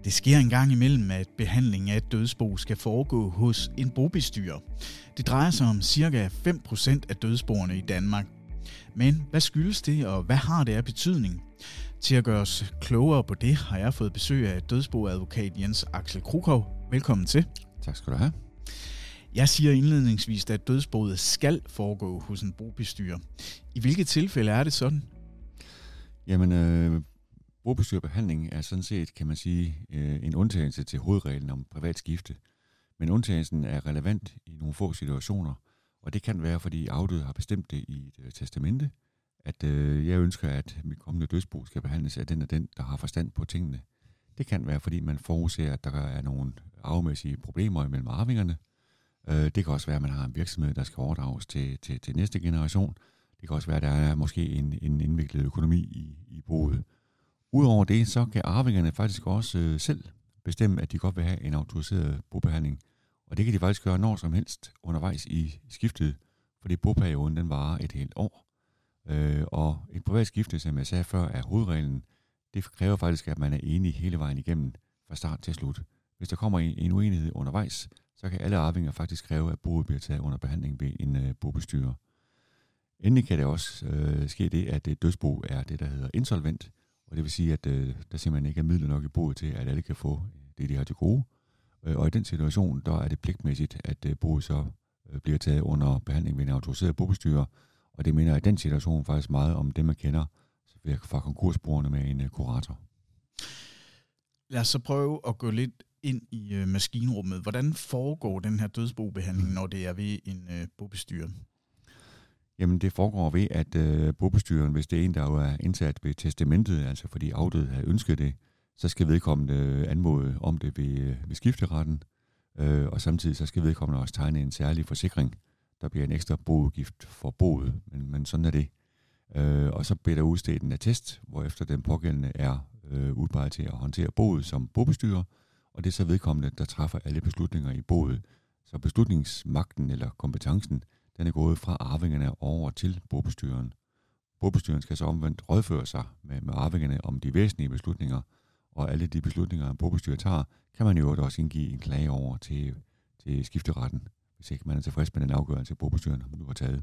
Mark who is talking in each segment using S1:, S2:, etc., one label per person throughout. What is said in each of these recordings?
S1: Det sker en gang imellem, at behandlingen af et dødsbo skal foregå hos en bobestyrer. Det drejer sig om ca. 5% af dødsboerne i Danmark. Men hvad skyldes det, og hvad har det af betydning? Til at gøre os klogere på det, har jeg fået besøg af dødsboadvokat Jens Axel Krukov. Velkommen til.
S2: Tak skal du have.
S1: Jeg siger indledningsvis, at dødsboet skal foregå hos en bobestyrer. I hvilke tilfælde er det sådan?
S2: Jamen, bobestyrerbehandling er sådan set, kan man sige, en undtagelse til hovedreglen om privat skifte. Men undtagelsen er relevant i nogle få situationer, og det kan være, fordi afdøde har bestemt det i et testamente, at jeg ønsker, at mit kommende dødsbo skal behandles af den og den, der har forstand på tingene. Det kan være, fordi man forudser, at der er nogle arvemæssige problemer mellem arvingerne. Det kan også være, at man har en virksomhed, der skal overdrages til næste generation. Det kan også være, at der er måske en indviklet økonomi i boet. Udover det, så kan arvingerne faktisk også selv bestemme, at de godt vil have en autoriseret bobehandling. Og det kan de faktisk gøre når som helst undervejs i skiftet, fordi boperioden den varer et helt år. Og et privat skifte, som jeg sagde før, er hovedreglen. Det kræver faktisk, at man er enig hele vejen igennem fra start til slut. Hvis der kommer en uenighed undervejs, så kan alle arvinger faktisk kræve, at boet bliver taget under behandling ved en bobestyrer. Endelig kan det også ske det, at et dødsbo er det, der hedder insolvent. Og det vil sige, at der simpelthen ikke er midler nok i boet til, at alle kan få det, de har til gode. Og i den situation, der er det pligtmæssigt, at boet så bliver taget under behandling ved en autoriseret bobestyrer. Og det minder i den situation faktisk meget om det, man kender fra konkursbrugerne med en kurator.
S1: Lad os så prøve at gå lidt ind i maskinrummet. Hvordan foregår den her dødsbobehandling, når det er ved en bobestyrer?
S2: Jamen, det foregår ved, at bobestyreren, hvis det er en, der jo er indsat ved testamentet, altså fordi afdøde har ønsket det, så skal vedkommende anmode om det ved skifteretten, og samtidig så skal vedkommende også tegne en særlig forsikring. Der bliver en ekstra boudgift for boet, men sådan er det. Og så bliver der udstedt en attest, hvorefter den pågældende er udpeget til at håndtere boet som bobestyrer, og det er så vedkommende, der træffer alle beslutninger i boet. Så beslutningsmagten eller kompetencen, den er gået fra arvingerne over til bobestyreren. Bobestyreren skal så omvendt rådføre sig med arvingerne om de væsentlige beslutninger, og alle de beslutninger, en bobestyrer tager, kan man jo også indgive en klage over til skifteretten, hvis ikke man er tilfreds med den afgørelse, bobestyreren nu har taget.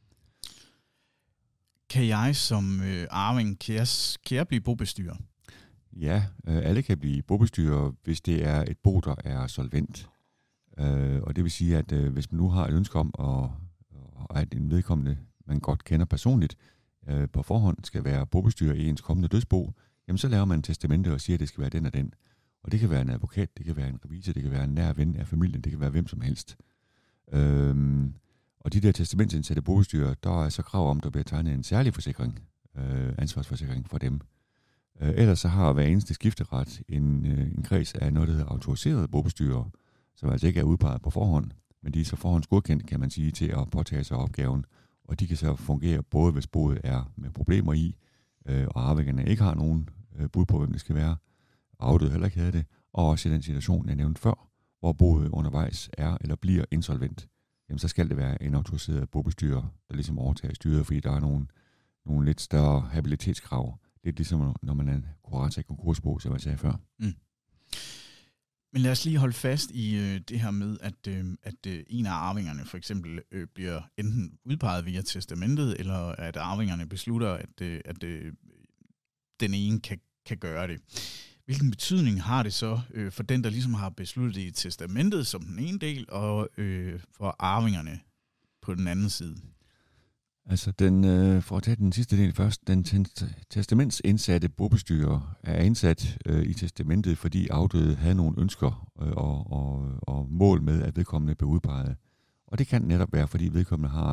S1: Kan jeg som arving, kan jeg blive bobestyrer?
S2: Ja, alle kan blive bobestyrer, hvis det er et bo, der er solvent. Og det vil sige, at hvis man nu har et ønske om, at en vedkommende, man godt kender personligt, på forhånd skal være bobestyrer i ens kommende dødsbo, jamen så laver man et testamente og siger, at det skal være den og den. Og det kan være en advokat, det kan være en revisor, det kan være en nær ven af familien, det kan være hvem som helst. Og de der testamentsindsatte bobestyrer, der er så krav om, der bliver tegnet en særlig forsikring, ansvarsforsikring for dem. Ellers så har hver eneste skifteret en kreds af noget, der hedder autoriserede bobestyrer, som altså ikke er udpeget på forhånd, men de er så forhåndsgodkendt, kan man sige, til at påtage sig opgaven. Og de kan så fungere både, hvis boet er med problemer i, og arvingerne ikke har nogen bud på, hvem det skal være, afdøde heller ikke havde det, og også i den situation, jeg nævnte før, hvor boet undervejs er eller bliver insolvent, jamen så skal det være en autoriseret bobestyrer, der ligesom overtager styret, fordi der er nogle lidt større habilitetskrav. Lidt ligesom når man er en kurator i konkursbo, som jeg sagde før. Mm.
S1: Men lad os lige holde fast i det her med, at en af arvingerne for eksempel bliver enten udpeget via testamentet, eller at arvingerne beslutter, at den ene kan gøre det. Hvilken betydning har det så for den, der ligesom har besluttet det i testamentet som den ene del, og for arvingerne på den anden side?
S2: Altså, for at tage den sidste del først, den testamentsindsatte bobestyrer er indsat i testamentet, fordi afdøde havde nogle ønsker og mål med, at vedkommende blev udpeget. Og det kan netop være, fordi vedkommende har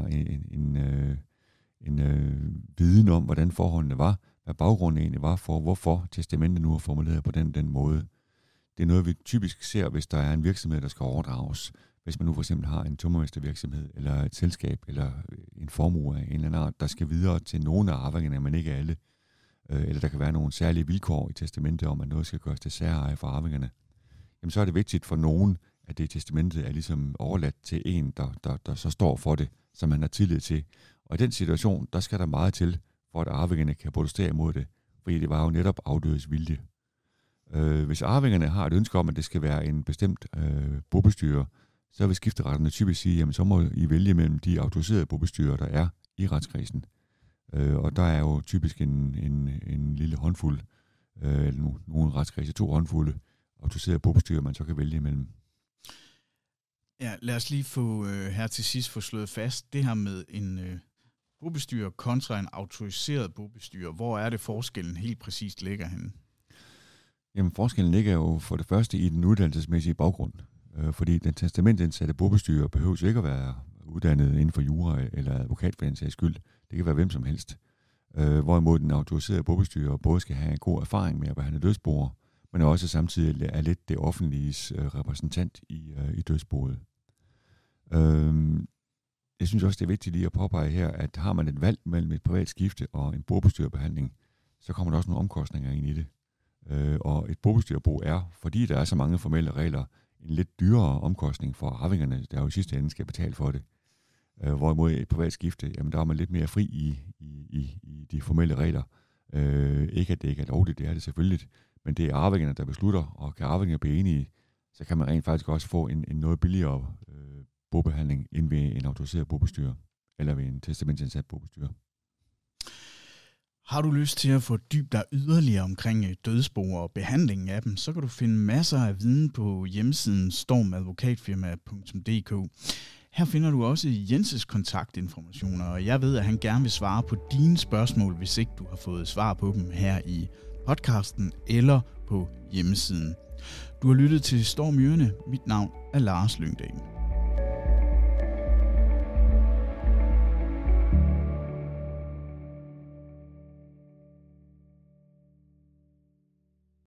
S2: en viden om, hvordan forholdene var, hvad baggrunden egentlig var for, hvorfor testamentet nu er formuleret på den måde. Det er noget, vi typisk ser, hvis der er en virksomhed, der skal overdrages. Hvis man nu for eksempel har en tømmermestervirksomhed, eller et selskab, eller en formue af en eller anden art, der skal videre til nogle af arvingerne, men ikke alle. Eller der kan være nogle særlige vilkår i testamentet om, at noget skal gøres til særeje for arvingerne. Jamen så er det vigtigt for nogen, at det i testamentet er ligesom overladt til en, der så står for det, som man har tillid til. Og i den situation, der skal der meget til, for at arvingerne kan protestere imod det. Fordi det var jo netop afdødes vilje. Hvis arvingerne har et ønske om, at det skal være en bestemt bobestyrer, så vil skifteretterne typisk sige, jamen så må I vælge mellem de autoriserede bobestyrer, der er i retskredsen. Og der er jo typisk en lille håndfuld, eller nogle retskredse, 2 håndfulde autoriserede bobestyrer, man så kan vælge imellem.
S1: Ja, lad os lige få her til sidst få slået fast det her med en bobestyrer kontra en autoriseret bobestyrer. Hvor er det forskellen helt præcist ligger henne?
S2: Jamen forskellen ligger jo for det første i den uddannelsesmæssige baggrund. Fordi den testamentindsatte bobestyrer behøver ikke at være uddannet inden for jura eller advokat for den sags skyld. Det kan være hvem som helst. Hvorimod den autoriserede bobestyrer både skal have en god erfaring med at behandle dødsboer, men også samtidig er lidt det offentliges repræsentant i dødsboet. Jeg synes også, det er vigtigt lige at påpege her, at har man et valg mellem et privat skifte og en bobestyrerbehandling, så kommer der også nogle omkostninger ind i det. Og et bobestyrerbo er, fordi der er så mange formelle regler, en lidt dyrere omkostning for arvingerne, der jo i sidste ende skal betale for det. Hvorimod et privat skifte, jamen der er man lidt mere fri i de formelle regler. Ikke at det ikke er lovligt, det er det selvfølgelig, men det er arvingerne, der beslutter, og kan arvingerne blive enige, så kan man rent faktisk også få en noget billigere bobehandling end ved en autoriseret bobestyrer, eller ved en testamentsindsat bobestyrer.
S1: Har du lyst til at fordybe dig yderligere omkring dødsboer og behandlingen af dem, så kan du finde masser af viden på hjemmesiden stormadvokatfirma.dk. Her finder du også Jenses kontaktinformationer, og jeg ved, at han gerne vil svare på dine spørgsmål, hvis ikke du har fået svar på dem her i podcasten eller på hjemmesiden. Du har lyttet til Storm Yrene. Mit navn er Lars Lyngdal.